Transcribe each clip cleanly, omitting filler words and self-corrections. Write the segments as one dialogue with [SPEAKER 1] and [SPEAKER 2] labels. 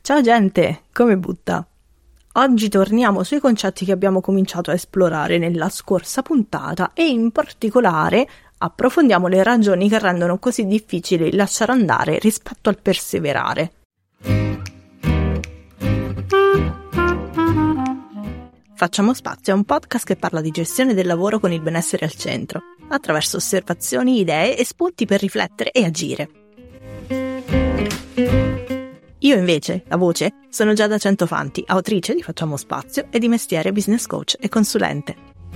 [SPEAKER 1] Ciao gente, come butta? Oggi torniamo sui concetti che abbiamo cominciato a esplorare nella scorsa puntata e in particolare approfondiamo le ragioni che rendono così difficile il lasciare andare rispetto al perseverare. Facciamo spazio è un podcast che parla di gestione del lavoro con il benessere al centro, attraverso osservazioni, idee e spunti per riflettere e agire. Io invece, la voce, sono Giada Centofanti, autrice di Facciamo Spazio e di mestiere business coach e consulente.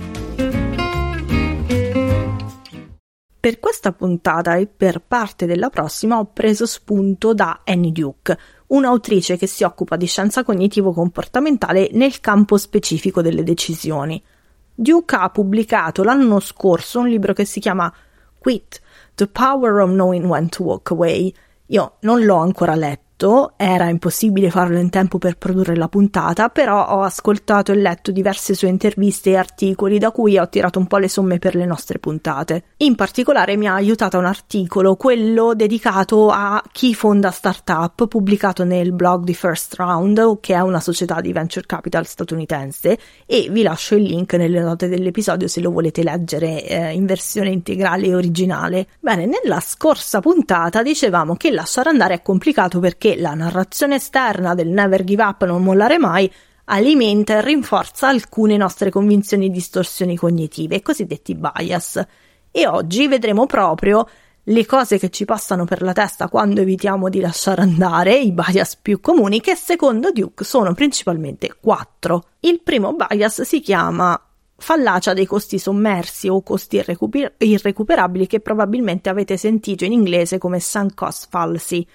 [SPEAKER 1] Per questa puntata e per parte della prossima ho preso spunto da Annie Duke, un'autrice che si occupa di scienza cognitivo-comportamentale nel campo specifico delle decisioni. Duke ha pubblicato l'anno scorso un libro che si chiama Quit, The Power of Knowing When to Walk Away. Io non l'ho ancora letto, era impossibile farlo in tempo per produrre la puntata, però ho ascoltato e letto diverse sue interviste e articoli da cui ho tirato un po' le somme per le nostre puntate. In particolare mi ha aiutato un articolo, quello dedicato a chi fonda startup, pubblicato nel blog di First Round, che è una società di venture capital statunitense, e vi lascio il link nelle note dell'episodio se lo volete leggere in versione integrale e originale. Bene, nella scorsa puntata dicevamo che lasciare andare è complicato perché la narrazione esterna del never give up, non mollare mai, alimenta e rinforza alcune nostre convinzioni e distorsioni cognitive, i cosiddetti bias. E oggi vedremo proprio le cose che ci passano per la testa quando evitiamo di lasciare andare, i bias più comuni, che secondo Duke sono principalmente 4. Il primo bias si chiama fallacia dei costi sommersi o costi irrecuperabili, che probabilmente avete sentito in inglese come sunk cost fallacy.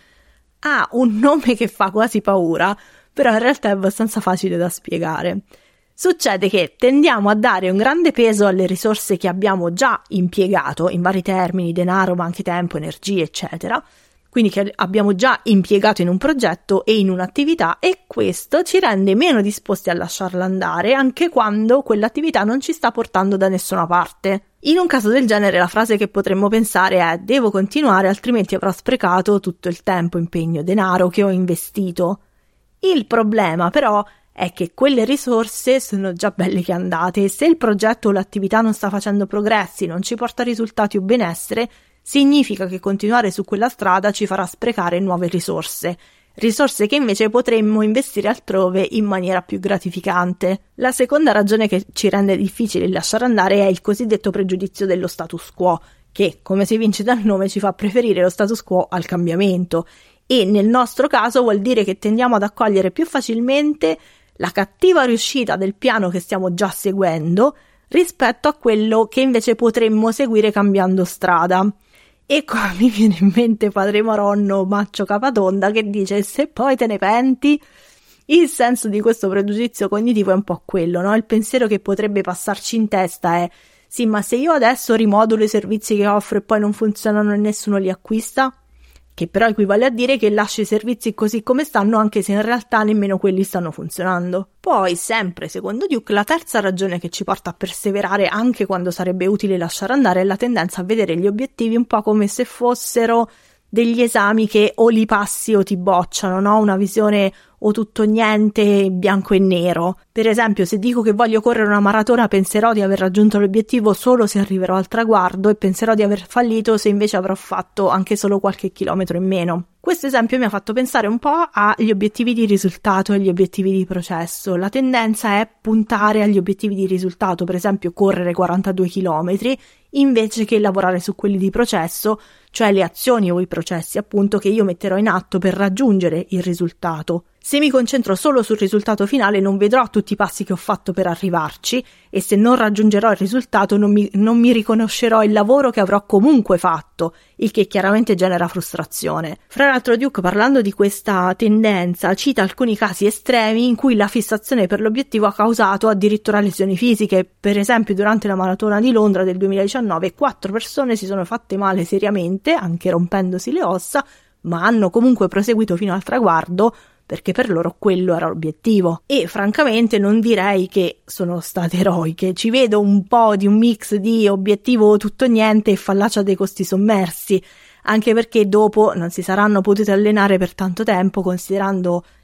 [SPEAKER 1] Ha un nome che fa quasi paura, però in realtà è abbastanza facile da spiegare. Succede che tendiamo a dare un grande peso alle risorse che abbiamo già impiegato, in vari termini, denaro, ma anche tempo, energie, eccetera, quindi che abbiamo già impiegato in un progetto e in un'attività, e questo ci rende meno disposti a lasciarla andare anche quando quell'attività non ci sta portando da nessuna parte. In un caso del genere la frase che potremmo pensare è: devo continuare altrimenti avrò sprecato tutto il tempo, impegno, denaro che ho investito. Il problema però è che quelle risorse sono già belle che andate, e se il progetto o l'attività non sta facendo progressi, non ci porta risultati o benessere, significa che continuare su quella strada ci farà sprecare nuove risorse che invece potremmo investire altrove in maniera più gratificante. La seconda ragione che ci rende difficile lasciare andare è il cosiddetto pregiudizio dello status quo, che, come si evince dal nome, ci fa preferire lo status quo al cambiamento, e nel nostro caso vuol dire che tendiamo ad accogliere più facilmente la cattiva riuscita del piano che stiamo già seguendo rispetto a quello che invece potremmo seguire cambiando strada. E qua mi viene in mente Padre Maronno Maccio Capatonda che dice: se poi te ne penti. Il senso di questo pregiudizio cognitivo è un po' quello, no? Il pensiero che potrebbe passarci in testa è: sì, ma se io adesso rimodulo i servizi che offro e poi non funzionano e nessuno li acquista? Che però equivale a dire che lascio i servizi così come stanno, anche se in realtà nemmeno quelli stanno funzionando. Poi, sempre secondo Duke, la terza ragione che ci porta a perseverare anche quando sarebbe utile lasciare andare è la tendenza a vedere gli obiettivi un po' come se fossero degli esami che o li passi o ti bocciano, no? Una visione o tutto o niente, bianco e nero. Per esempio, se dico che voglio correre una maratona, penserò di aver raggiunto l'obiettivo solo se arriverò al traguardo, e penserò di aver fallito se invece avrò fatto anche solo qualche chilometro in meno. Questo esempio mi ha fatto pensare un po' agli obiettivi di risultato e agli obiettivi di processo. La tendenza è puntare agli obiettivi di risultato, per esempio correre 42 chilometri, invece che lavorare su quelli di processo, cioè le azioni o i processi appunto che io metterò in atto per raggiungere il risultato. Se mi concentro solo sul risultato finale non vedrò tutti i passi che ho fatto per arrivarci, e se non raggiungerò il risultato non mi riconoscerò il lavoro che avrò comunque fatto, il che chiaramente genera frustrazione. Fra l'altro Duke, parlando di questa tendenza, cita alcuni casi estremi in cui la fissazione per l'obiettivo ha causato addirittura lesioni fisiche. Per esempio, durante la maratona di Londra del 2019 4 persone si sono fatte male seriamente, anche rompendosi le ossa, ma hanno comunque proseguito fino al traguardo perché per loro quello era l'obiettivo. E francamente non direi che sono state eroiche, ci vedo un po' di un mix di obiettivo tutto o niente e fallacia dei costi sommersi, anche perché dopo non si saranno potute allenare per tanto tempo, considerando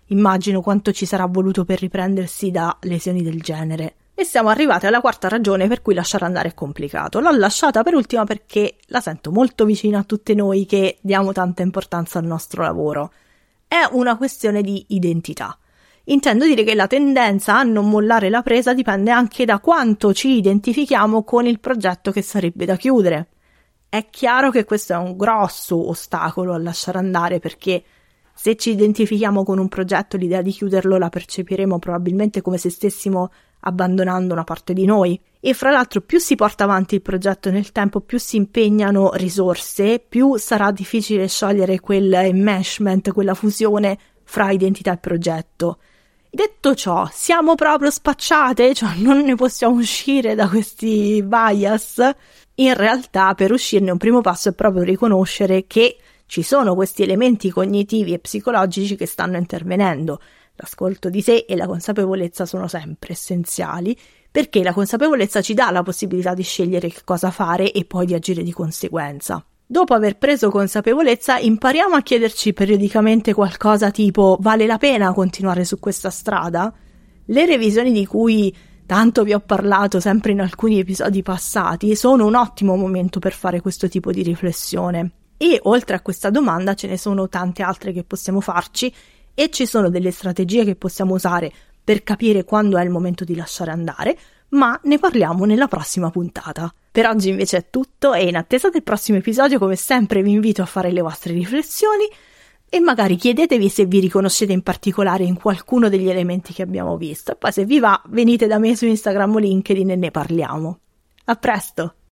[SPEAKER 1] immagino quanto ci sarà voluto per riprendersi da lesioni del genere. E siamo arrivati alla quarta ragione per cui lasciare andare è complicato. L'ho lasciata per ultima perché la sento molto vicina a tutte noi che diamo tanta importanza al nostro lavoro. È una questione di identità. Intendo dire che la tendenza a non mollare la presa dipende anche da quanto ci identifichiamo con il progetto che sarebbe da chiudere. È chiaro che questo è un grosso ostacolo a lasciare andare, perché se ci identifichiamo con un progetto, l'idea di chiuderlo la percepiremo probabilmente come se stessimo abbandonando una parte di noi. E fra l'altro, più si porta avanti il progetto nel tempo, più si impegnano risorse, più sarà difficile sciogliere quel enmeshment, quella fusione fra identità e progetto. Detto ciò, siamo proprio spacciate? Cioè non ne possiamo uscire da questi bias? In realtà, per uscirne un primo passo è proprio riconoscere che ci sono questi elementi cognitivi e psicologici che stanno intervenendo. L'ascolto di sé e la consapevolezza sono sempre essenziali, perché la consapevolezza ci dà la possibilità di scegliere che cosa fare e poi di agire di conseguenza. Dopo aver preso consapevolezza, impariamo a chiederci periodicamente qualcosa tipo: vale la pena continuare su questa strada? Le revisioni di cui tanto vi ho parlato sempre in alcuni episodi passati sono un ottimo momento per fare questo tipo di riflessione. E oltre a questa domanda ce ne sono tante altre che possiamo farci, e ci sono delle strategie che possiamo usare per capire quando è il momento di lasciare andare, ma ne parliamo nella prossima puntata. Per oggi invece è tutto, e in attesa del prossimo episodio, come sempre, vi invito a fare le vostre riflessioni e magari chiedetevi se vi riconoscete in particolare in qualcuno degli elementi che abbiamo visto, e poi se vi va venite da me su Instagram o LinkedIn e ne parliamo. A presto!